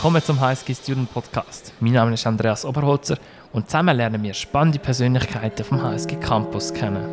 Willkommen zum HSG Student Podcast. Mein Name ist Andreas Oberholzer und zusammen lernen wir spannende Persönlichkeiten vom HSG Campus kennen.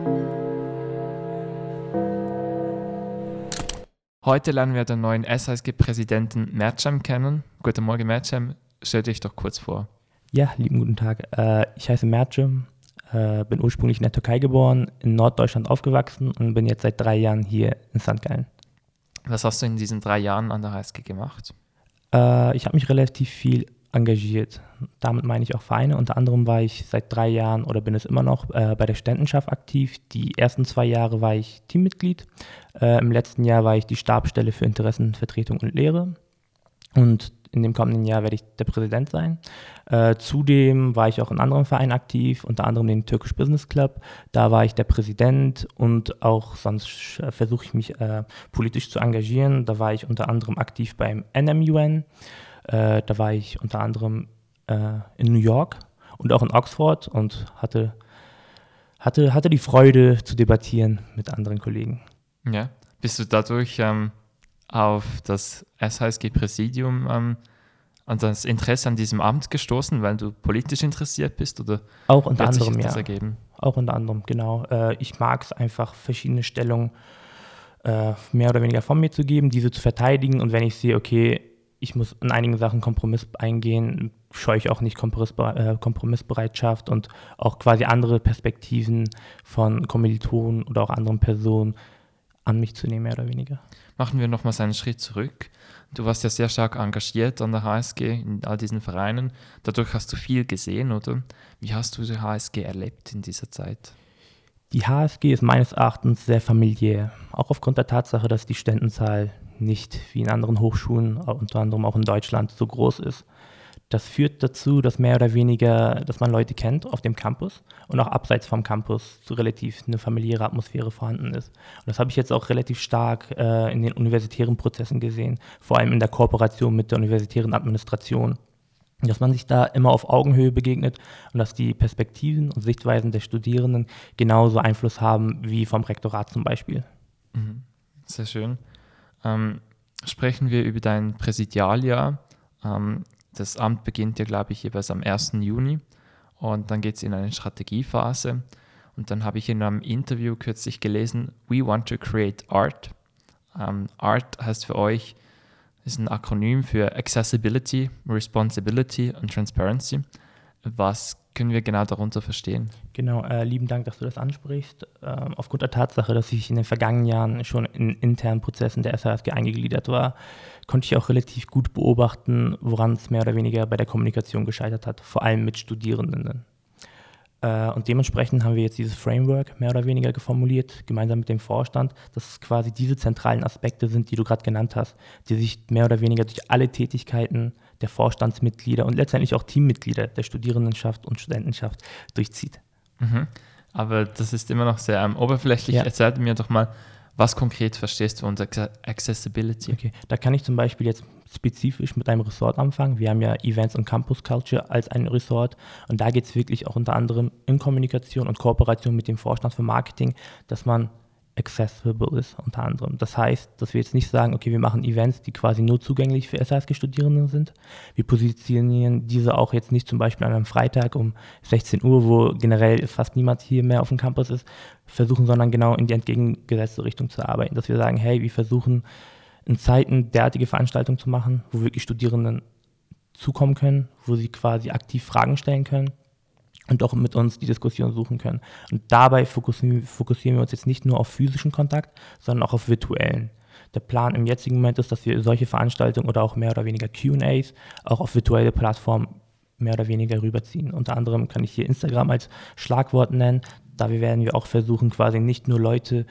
Heute lernen wir den neuen SHSG-Präsidenten Mertcem kennen. Guten Morgen Mertcem, stell dich doch kurz vor. Ja, lieben guten Tag. Ich heiße Mertcem, bin ursprünglich in der Türkei geboren, in Norddeutschland aufgewachsen und bin jetzt seit 3 Jahren hier in St. Gallen. Was hast du in diesen 3 Jahren an der HSG gemacht? Ich habe mich relativ viel engagiert. Damit meine ich auch Vereine. Unter anderem war ich seit 3 Jahren oder bin es immer noch bei der Studentenschaft aktiv. Die ersten 2 Jahre war ich Teammitglied. Im letzten Jahr war ich die Stabsstelle für Interessenvertretung und Lehre. Und in dem kommenden Jahr werde ich der Präsident sein. Zudem war ich auch in anderen Vereinen aktiv, unter anderem den Turkish Business Club. Da war ich der Präsident und auch sonst versuche ich mich politisch zu engagieren. Da war ich unter anderem aktiv beim NMUN. Da war ich unter anderem in New York und auch in Oxford und hatte die Freude zu debattieren mit anderen Kollegen. Ja, bist du dadurch auf das SHSG-Präsidium und das Interesse an diesem Amt gestoßen, weil du politisch interessiert bist? Oder auch unter hat sich anderem, das ja. ergeben? Auch unter anderem, genau. Ich mag es einfach, verschiedene Stellungen mehr oder weniger von mir zu geben, diese zu verteidigen. Und wenn ich sehe, okay, ich muss in einigen Sachen Kompromiss eingehen, scheue ich auch nicht Kompromissbereitschaft und auch quasi andere Perspektiven von Kommilitonen oder auch anderen Personen an mich zu nehmen, mehr oder weniger. Machen wir nochmals einen Schritt zurück. Du warst ja sehr stark engagiert an der HSG in all diesen Vereinen. Dadurch hast du viel gesehen, oder? Wie hast du die HSG erlebt in dieser Zeit? Die HSG ist meines Erachtens sehr familiär, auch aufgrund der Tatsache, dass die Studentenzahl nicht wie in anderen Hochschulen, unter anderem auch in Deutschland, so groß ist. Das führt dazu, dass mehr oder weniger, dass man Leute kennt auf dem Campus und auch abseits vom Campus so relativ eine familiäre Atmosphäre vorhanden ist. Und das habe ich jetzt auch relativ stark in den universitären Prozessen gesehen, vor allem in der Kooperation mit der universitären Administration. Dass man sich da immer auf Augenhöhe begegnet und dass die Perspektiven und Sichtweisen der Studierenden genauso Einfluss haben wie vom Rektorat zum Beispiel. Sehr schön. Sprechen wir über dein Präsidialjahr. Das Amt beginnt ja, glaube ich, jeweils am 1. Juni und dann geht es in eine Strategiephase. Und dann habe ich in einem Interview kürzlich gelesen, We want to create art. Art heißt für euch, ist ein Akronym für Accessibility, Responsibility und Transparency. Was können wir genau darunter verstehen? Genau, lieben Dank, dass du das ansprichst. Aufgrund der Tatsache, dass ich in den vergangenen Jahren schon in internen Prozessen der SHSG eingegliedert war, konnte ich auch relativ gut beobachten, woran es mehr oder weniger bei der Kommunikation gescheitert hat, vor allem mit Studierenden. Und dementsprechend haben wir jetzt dieses Framework mehr oder weniger formuliert, gemeinsam mit dem Vorstand, dass es quasi diese zentralen Aspekte sind, die du gerade genannt hast, die sich mehr oder weniger durch alle Tätigkeiten der Vorstandsmitglieder und letztendlich auch Teammitglieder der Studierendenschaft und Studentenschaft durchzieht. Aber das ist immer noch sehr oberflächlich. Ja. Erzähl mir doch mal, was konkret verstehst du unter Accessibility? Okay, da kann ich zum Beispiel jetzt spezifisch mit einem Ressort anfangen. Wir haben ja Events und Campus Culture als ein Ressort und da geht es wirklich auch unter anderem in Kommunikation und Kooperation mit dem Vorstand für Marketing, dass man accessible ist unter anderem. Das heißt, dass wir jetzt nicht sagen, okay, wir machen Events, die quasi nur zugänglich für SHSG-Studierende sind. Wir positionieren diese auch jetzt nicht zum Beispiel an einem Freitag um 16 Uhr, wo generell fast niemand hier mehr auf dem Campus ist, versuchen, sondern genau in die entgegengesetzte Richtung zu arbeiten. Dass wir sagen, hey, wir versuchen in Zeiten derartige Veranstaltungen zu machen, wo wirklich Studierenden zukommen können, wo sie quasi aktiv Fragen stellen können und auch mit uns die Diskussion suchen können. Und dabei fokussieren wir uns jetzt nicht nur auf physischen Kontakt, sondern auch auf virtuellen. Der Plan im jetzigen Moment ist, dass wir solche Veranstaltungen oder auch mehr oder weniger Q&As auch auf virtuelle Plattformen mehr oder weniger rüberziehen. Unter anderem kann ich hier Instagram als Schlagwort nennen. Da werden wir auch versuchen, quasi nicht nur Leute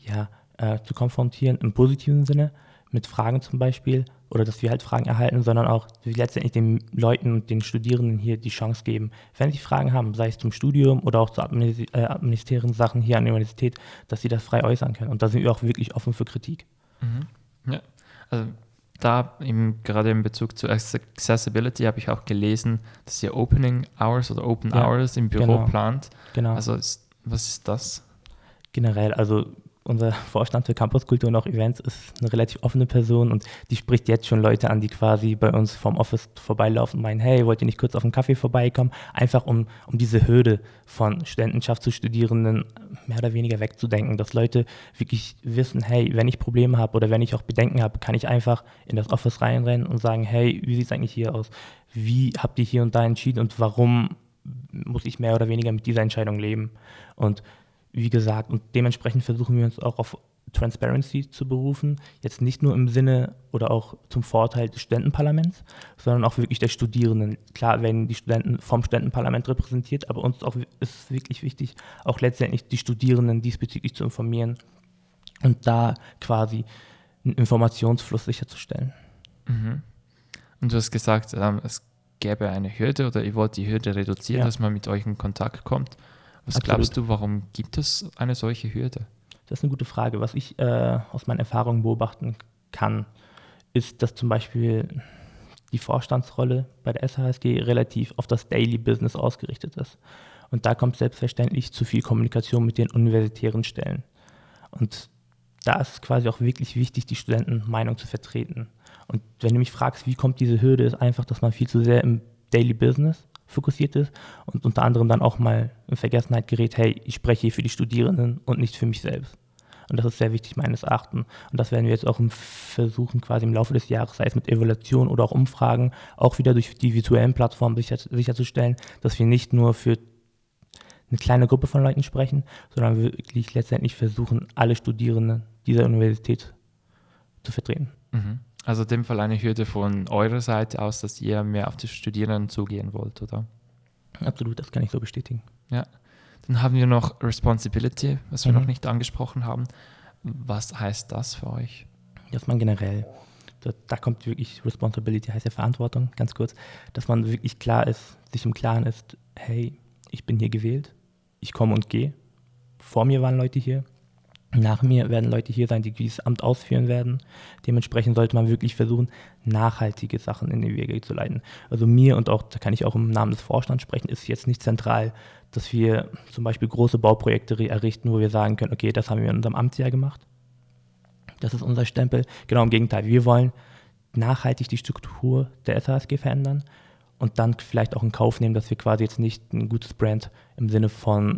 zu konfrontieren im positiven Sinne, mit Fragen zum Beispiel, oder dass wir halt Fragen erhalten, sondern auch letztendlich den Leuten und den Studierenden hier die Chance geben, wenn sie Fragen haben, sei es zum Studium oder auch zu administrären Sachen hier an der Universität, dass sie das frei äußern können. Und da sind wir auch wirklich offen für Kritik. Ja, also da gerade in Bezug zu Accessibility habe ich auch gelesen, dass ihr Opening Hours oder Open Hours im Büro plant. Genau. Also was ist das? Generell, also unser Vorstand für Campuskultur und auch Events ist eine relativ offene Person und die spricht jetzt schon Leute an, die quasi bei uns vom Office vorbeilaufen und meinen, hey, wollt ihr nicht kurz auf einen Kaffee vorbeikommen? Einfach um diese Hürde von Studentenschaft zu Studierenden mehr oder weniger wegzudenken, dass Leute wirklich wissen, hey, wenn ich Probleme habe oder wenn ich auch Bedenken habe, kann ich einfach in das Office reinrennen und sagen, hey, wie sieht es eigentlich hier aus? Wie habt ihr hier und da entschieden und warum muss ich mehr oder weniger mit dieser Entscheidung leben? Und wie gesagt, und dementsprechend versuchen wir uns auch auf Transparency zu berufen, jetzt nicht nur im Sinne oder auch zum Vorteil des Studentenparlaments, sondern auch wirklich der Studierenden. Klar werden die Studenten vom Studentenparlament repräsentiert, aber uns auch ist wirklich wichtig, auch letztendlich die Studierenden diesbezüglich zu informieren und da quasi einen Informationsfluss sicherzustellen. Mhm. Und du hast gesagt, es gäbe eine Hürde oder ihr wollt die Hürde reduzieren, dass man mit euch in Kontakt kommt. Was Absolut. glaubst du, warum gibt es eine solche Hürde? Das ist eine gute Frage. Was ich aus meinen Erfahrungen beobachten kann, ist, dass zum Beispiel die Vorstandsrolle bei der SHSG relativ auf das Daily Business ausgerichtet ist. Und da kommt selbstverständlich zu viel Kommunikation mit den universitären Stellen. Und da ist es quasi auch wirklich wichtig, die Studentenmeinung zu vertreten. Und wenn du mich fragst, wie kommt diese Hürde, ist einfach, dass man viel zu sehr im Daily Business fokussiert ist und unter anderem dann auch mal in Vergessenheit gerät, hey, ich spreche hier für die Studierenden und nicht für mich selbst. Und das ist sehr wichtig meines Erachtens. Und das werden wir jetzt auch versuchen, quasi im Laufe des Jahres, sei es mit Evaluation oder auch Umfragen, auch wieder durch die virtuellen Plattformen sicherzustellen, dass wir nicht nur für eine kleine Gruppe von Leuten sprechen, sondern wirklich letztendlich versuchen, alle Studierenden dieser Universität zu vertreten. Mhm. Also in dem Fall eine Hürde von eurer Seite aus, dass ihr mehr auf die Studierenden zugehen wollt, oder? Absolut, das kann ich so bestätigen. Ja. Dann haben wir noch Responsibility, was wir noch nicht angesprochen haben. Was heißt das für euch? Dass man generell, da kommt wirklich Responsibility, heißt ja Verantwortung, ganz kurz, dass man wirklich klar ist, sich im Klaren ist, hey, ich bin hier gewählt, ich komme und gehe. Vor mir waren Leute hier, nach mir werden Leute hier sein, die dieses Amt ausführen werden. Dementsprechend sollte man wirklich versuchen, nachhaltige Sachen in die Wege zu leiten. Also mir und auch, da kann ich auch im Namen des Vorstands sprechen, ist jetzt nicht zentral, dass wir zum Beispiel große Bauprojekte errichten, wo wir sagen können, okay, das haben wir in unserem Amtsjahr gemacht. Das ist unser Stempel. Genau im Gegenteil, wir wollen nachhaltig die Struktur der SHSG verändern und dann vielleicht auch in Kauf nehmen, dass wir quasi jetzt nicht ein gutes Brand im Sinne von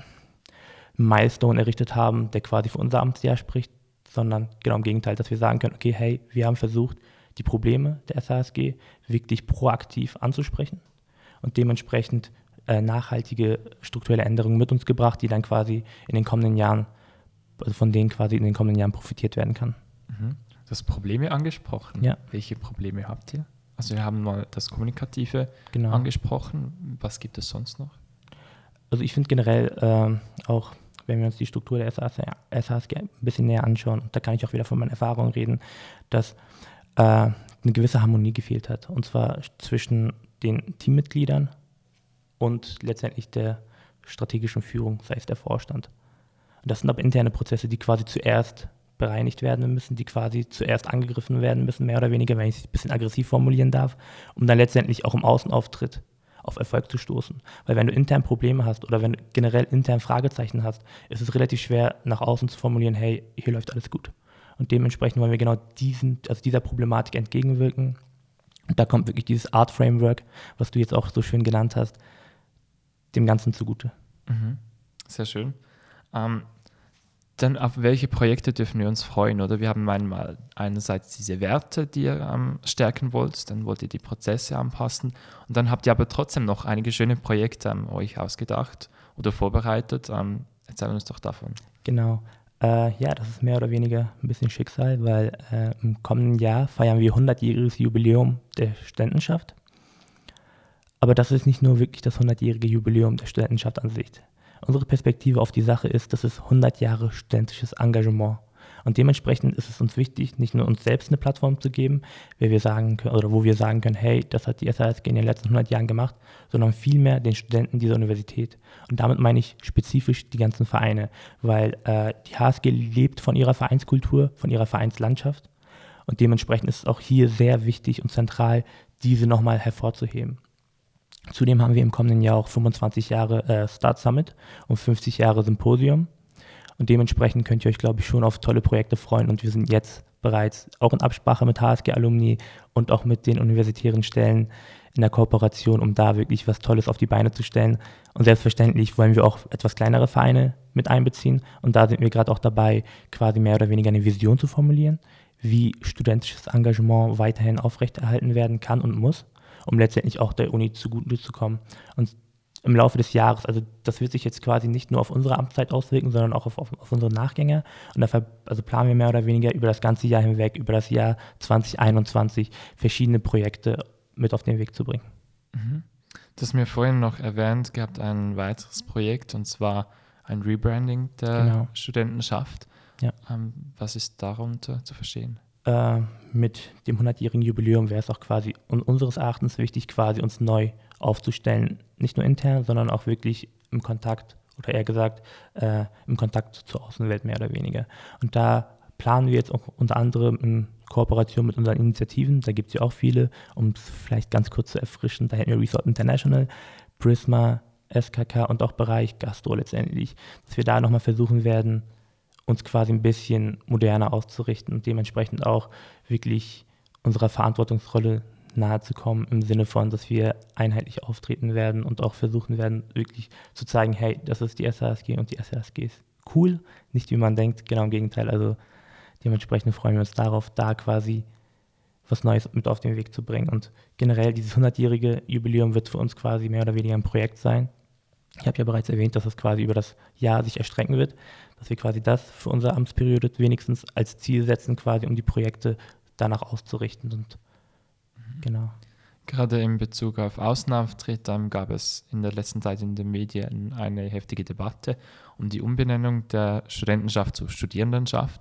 Milestone errichtet haben, der quasi für unser Amtsjahr spricht, sondern genau im Gegenteil, dass wir sagen können, okay, hey, wir haben versucht, die Probleme der SHSG wirklich proaktiv anzusprechen und dementsprechend nachhaltige strukturelle Änderungen mit uns gebracht, die dann quasi in den kommenden Jahren, also von denen quasi in den kommenden Jahren profitiert werden kann. Mhm. Du hast Probleme angesprochen. Ja. Welche Probleme habt ihr? Also wir haben mal das Kommunikative angesprochen. Was gibt es sonst noch? Also ich finde generell auch, wenn wir uns die Struktur der SHSG ein bisschen näher anschauen, da kann ich auch wieder von meinen Erfahrungen reden, dass eine gewisse Harmonie gefehlt hat. Und zwar zwischen den Teammitgliedern und letztendlich der strategischen Führung, sei es der Vorstand. Und das sind aber interne Prozesse, die quasi zuerst bereinigt werden müssen, die quasi zuerst angegriffen werden müssen, mehr oder weniger, wenn ich es ein bisschen aggressiv formulieren darf, um dann letztendlich auch im Außenauftritt auf Erfolg zu stoßen. Weil wenn du intern Probleme hast oder wenn du generell intern Fragezeichen hast, ist es relativ schwer, nach außen zu formulieren, hey, hier läuft alles gut. Und dementsprechend wollen wir genau dieser Problematik entgegenwirken. Und da kommt wirklich dieses Art Framework, was du jetzt auch so schön genannt hast, dem Ganzen zugute. Mhm. Sehr schön. Dann auf welche Projekte dürfen wir uns freuen? Oder wir haben einmal einerseits diese Werte, die ihr stärken wollt, dann wollt ihr die Prozesse anpassen und dann habt ihr aber trotzdem noch einige schöne Projekte euch ausgedacht oder vorbereitet. Erzähl uns doch davon. Genau. Ja, das ist mehr oder weniger ein bisschen Schicksal, weil im kommenden Jahr feiern wir 100-jähriges Jubiläum der Studentenschaft. Aber das ist nicht nur wirklich das 100-jährige Jubiläum der Studentenschaft an sich. Unsere Perspektive auf die Sache ist, dass es 100 Jahre studentisches Engagement. Und dementsprechend ist es uns wichtig, nicht nur uns selbst eine Plattform zu geben, wo wir sagen können, hey, das hat die SHSG in den letzten 100 Jahren gemacht, sondern vielmehr den Studenten dieser Universität. Und damit meine ich spezifisch die ganzen Vereine, weil die HSG lebt von ihrer Vereinskultur, von ihrer Vereinslandschaft. Und dementsprechend ist es auch hier sehr wichtig und zentral, diese nochmal hervorzuheben. Zudem haben wir im kommenden Jahr auch 25 Jahre Start Summit und 50 Jahre Symposium. Und dementsprechend könnt ihr euch, glaube ich, schon auf tolle Projekte freuen. Und wir sind jetzt bereits auch in Absprache mit HSG-Alumni und auch mit den universitären Stellen in der Kooperation, um da wirklich was Tolles auf die Beine zu stellen. Und selbstverständlich wollen wir auch etwas kleinere Vereine mit einbeziehen. Und da sind wir gerade auch dabei, quasi mehr oder weniger eine Vision zu formulieren, wie studentisches Engagement weiterhin aufrechterhalten werden kann und muss, um letztendlich auch der Uni zugute zu kommen. Und im Laufe des Jahres, also das wird sich jetzt quasi nicht nur auf unsere Amtszeit auswirken, sondern auch auf unsere Nachgänger. Und dafür planen wir mehr oder weniger über das ganze Jahr hinweg, über das Jahr 2021, verschiedene Projekte mit auf den Weg zu bringen. Mhm. Du hast mir vorhin noch erwähnt gehabt, ein weiteres Projekt, und zwar ein Rebranding der Studentenschaft. Ja. Was ist darunter zu verstehen? Mit dem 100-jährigen Jubiläum wäre es auch quasi unseres Erachtens wichtig, quasi uns neu aufzustellen. Nicht nur intern, sondern auch wirklich im Kontakt, oder eher gesagt, im Kontakt zur Außenwelt mehr oder weniger. Und da planen wir jetzt auch unter anderem in Kooperation mit unseren Initiativen, da gibt es ja auch viele, um es vielleicht ganz kurz zu erfrischen, da hätten wir Resort International, Prisma, SKK und auch Bereich Gastro letztendlich, dass wir da nochmal versuchen werden, uns quasi ein bisschen moderner auszurichten und dementsprechend auch wirklich unserer Verantwortungsrolle nahe zu kommen, im Sinne von, dass wir einheitlich auftreten werden und auch versuchen werden, wirklich zu zeigen, hey, das ist die SHSG und die SHSG ist cool, nicht wie man denkt, genau im Gegenteil. Also dementsprechend freuen wir uns darauf, da quasi was Neues mit auf den Weg zu bringen. Und generell dieses 100-jährige Jubiläum wird für uns quasi mehr oder weniger ein Projekt sein. Ich habe ja bereits erwähnt, dass es quasi über das Jahr sich erstrecken wird, dass wir quasi das für unsere Amtsperiode wenigstens als Ziel setzen, quasi um die Projekte danach auszurichten. Und genau. Gerade in Bezug auf Außenauftritt gab es in der letzten Zeit in den Medien eine heftige Debatte um die Umbenennung der Studentenschaft zu Studierendenschaft.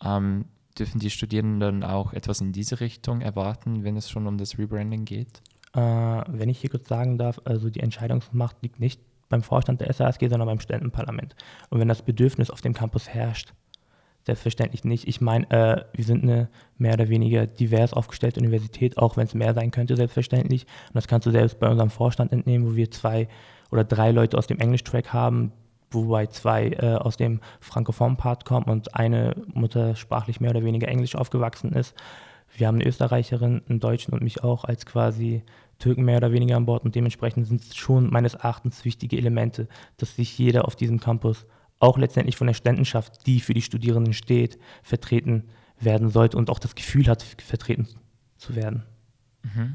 Dürfen die Studierenden auch etwas in diese Richtung erwarten, wenn es schon um das Rebranding geht? Wenn ich hier kurz sagen darf, also die Entscheidungsmacht liegt nicht beim Vorstand der SHSG, sondern beim Studentenparlament. Und wenn das Bedürfnis auf dem Campus herrscht, selbstverständlich nicht. Ich meine, wir sind eine mehr oder weniger divers aufgestellte Universität, auch wenn es mehr sein könnte, selbstverständlich. Und das kannst du selbst bei unserem Vorstand entnehmen, wo wir 2 oder 3 Leute aus dem Englisch-Track haben, wobei 2 aus dem frankophonen Part kommen und eine muttersprachlich mehr oder weniger Englisch aufgewachsen ist. Wir haben eine Österreicherin, einen Deutschen und mich auch als quasi Türken mehr oder weniger an Bord, und dementsprechend sind es schon meines Erachtens wichtige Elemente, dass sich jeder auf diesem Campus, auch letztendlich von der Studentenschaft, die für die Studierenden steht, vertreten werden sollte und auch das Gefühl hat, vertreten zu werden. Mhm.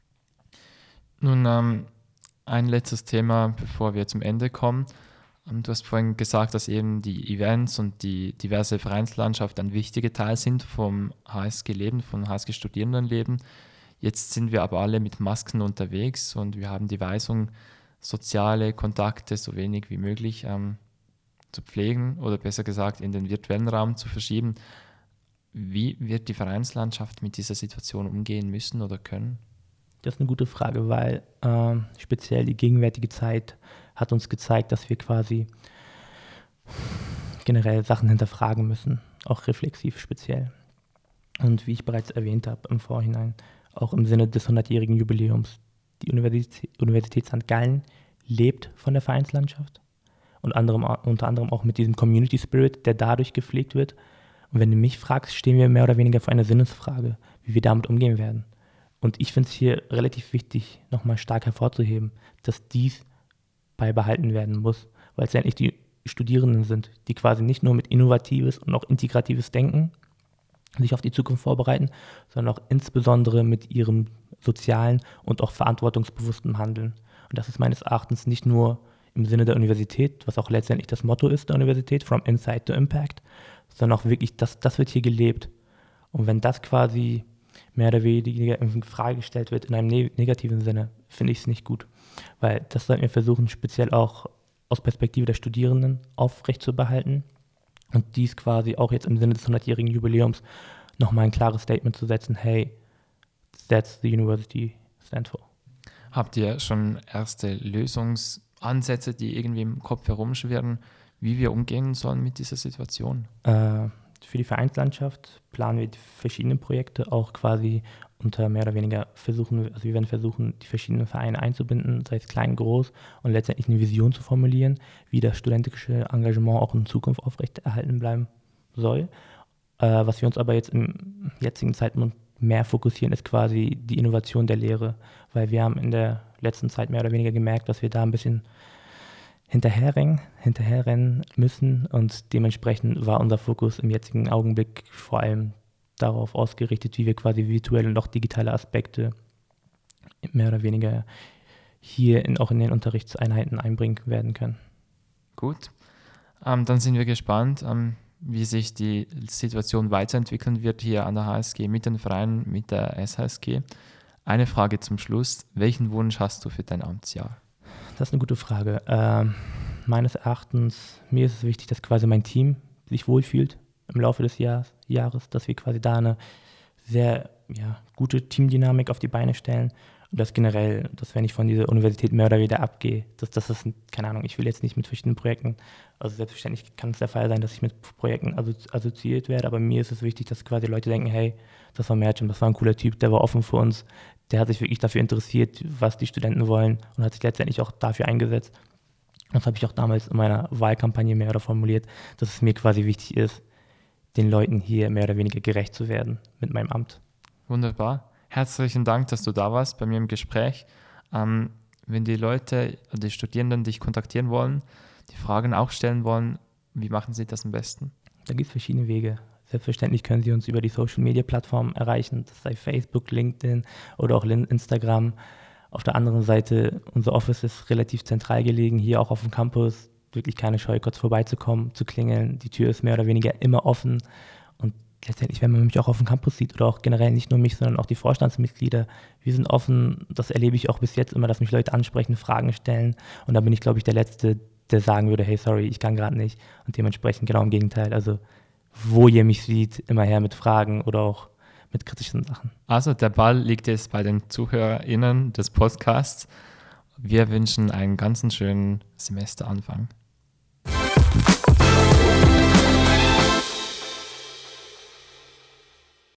Nun, ein letztes Thema, bevor wir zum Ende kommen. Du hast vorhin gesagt, dass eben die Events und die diverse Vereinslandschaft ein wichtiger Teil sind vom HSG-Leben, vom HSG-Studierendenleben. Jetzt sind wir aber alle mit Masken unterwegs und wir haben die Weisung, soziale Kontakte so wenig wie möglich zu pflegen oder besser gesagt in den virtuellen Raum zu verschieben. Wie wird die Vereinslandschaft mit dieser Situation umgehen müssen oder können? Das ist eine gute Frage, weil speziell die gegenwärtige Zeit hat uns gezeigt, dass wir quasi generell Sachen hinterfragen müssen, auch reflexiv speziell. Und wie ich bereits erwähnt habe im Vorhinein, auch im Sinne des 100-jährigen Jubiläums, die Universität St. Gallen lebt von der Vereinslandschaft und unter anderem auch mit diesem Community Spirit, der dadurch gepflegt wird. Und wenn du mich fragst, stehen wir mehr oder weniger vor einer Sinnesfrage, wie wir damit umgehen werden. Und ich finde es hier relativ wichtig, nochmal stark hervorzuheben, dass dies beibehalten werden muss, weil es ja nicht die Studierenden sind, die quasi nicht nur mit innovatives und auch integratives Denken sich auf die Zukunft vorbereiten, sondern auch insbesondere mit ihrem sozialen und auch verantwortungsbewussten Handeln. Und das ist meines Erachtens nicht nur im Sinne der Universität, was auch letztendlich das Motto ist der Universität, from Insight to Impact, sondern auch wirklich, das wird hier gelebt. Und wenn das quasi mehr oder weniger in Frage gestellt wird in einem negativen Sinne, finde ich es nicht gut. Weil das sollten wir versuchen, speziell auch aus Perspektive der Studierenden aufrechtzuerhalten und dies quasi auch jetzt im Sinne des 100-jährigen Jubiläums nochmal ein klares Statement zu setzen, hey, that's the university stands for. Habt ihr schon erste Lösungsansätze, die irgendwie im Kopf herumschwirren, wie wir umgehen sollen mit dieser Situation? Für die Vereinslandschaft planen wir die verschiedenen Projekte auch quasi unter mehr oder weniger wir werden versuchen, die verschiedenen Vereine einzubinden, sei es klein, groß und letztendlich eine Vision zu formulieren, wie das studentische Engagement auch in Zukunft aufrechterhalten bleiben soll. Was wir uns aber jetzt im jetzigen Zeitpunkt mehr fokussieren, ist quasi die Innovation der Lehre, weil wir haben in der letzten Zeit mehr oder weniger gemerkt, dass wir da ein bisschen hinterherrennen müssen und dementsprechend war unser Fokus im jetzigen Augenblick vor allem darauf ausgerichtet, wie wir quasi virtuelle und auch digitale Aspekte mehr oder weniger hier auch in den Unterrichtseinheiten einbringen werden können. Gut, dann sind wir gespannt, wie sich die Situation weiterentwickeln wird hier an der HSG mit den Vereinen, mit der SHSG. Eine Frage zum Schluss. Welchen Wunsch hast du für dein Amtsjahr? Das ist eine gute Frage. Meines Erachtens, mir ist es wichtig, dass quasi mein Team sich wohlfühlt im Laufe des Jahres, dass wir quasi da eine sehr gute Teamdynamik auf die Beine stellen und dass generell, dass wenn ich von dieser Universität mehr oder weniger abgehe, das ist, keine Ahnung, ich will jetzt nicht mit verschiedenen Projekten, also selbstverständlich kann es der Fall sein, dass ich mit Projekten assoziiert werde, aber mir ist es wichtig, dass quasi Leute denken, hey, das war Mertjam, das war ein cooler Typ, der war offen für uns, der hat sich wirklich dafür interessiert, was die Studenten wollen und hat sich letztendlich auch dafür eingesetzt. Das habe ich auch damals in meiner Wahlkampagne mehr oder formuliert, dass es mir quasi wichtig ist, den Leuten hier mehr oder weniger gerecht zu werden mit meinem Amt. Wunderbar. Herzlichen Dank, dass du da warst bei mir im Gespräch. Wenn die Leute, die Studierenden dich kontaktieren wollen, die Fragen auch stellen wollen, wie machen sie das am besten? Da gibt es verschiedene Wege. Selbstverständlich können Sie uns über die Social-Media-Plattformen erreichen, das sei Facebook, LinkedIn oder auch Instagram. Auf der anderen Seite, unser Office ist relativ zentral gelegen, hier auch auf dem Campus. Wirklich keine Scheu, kurz vorbeizukommen, zu klingeln. Die Tür ist mehr oder weniger immer offen. Und letztendlich, wenn man mich auch auf dem Campus sieht oder auch generell nicht nur mich, sondern auch die Vorstandsmitglieder, wir sind offen. Das erlebe ich auch bis jetzt immer, dass mich Leute ansprechen, Fragen stellen. Und da bin ich, glaube ich, der Letzte, der sagen würde, hey, sorry, ich kann gerade nicht. Und dementsprechend genau im Gegenteil. Also, wo ihr mich sieht, immer her mit Fragen oder auch mit kritischen Sachen. Also, der Ball liegt jetzt bei den ZuhörerInnen des Podcasts. Wir wünschen einen ganz schönen Semesteranfang.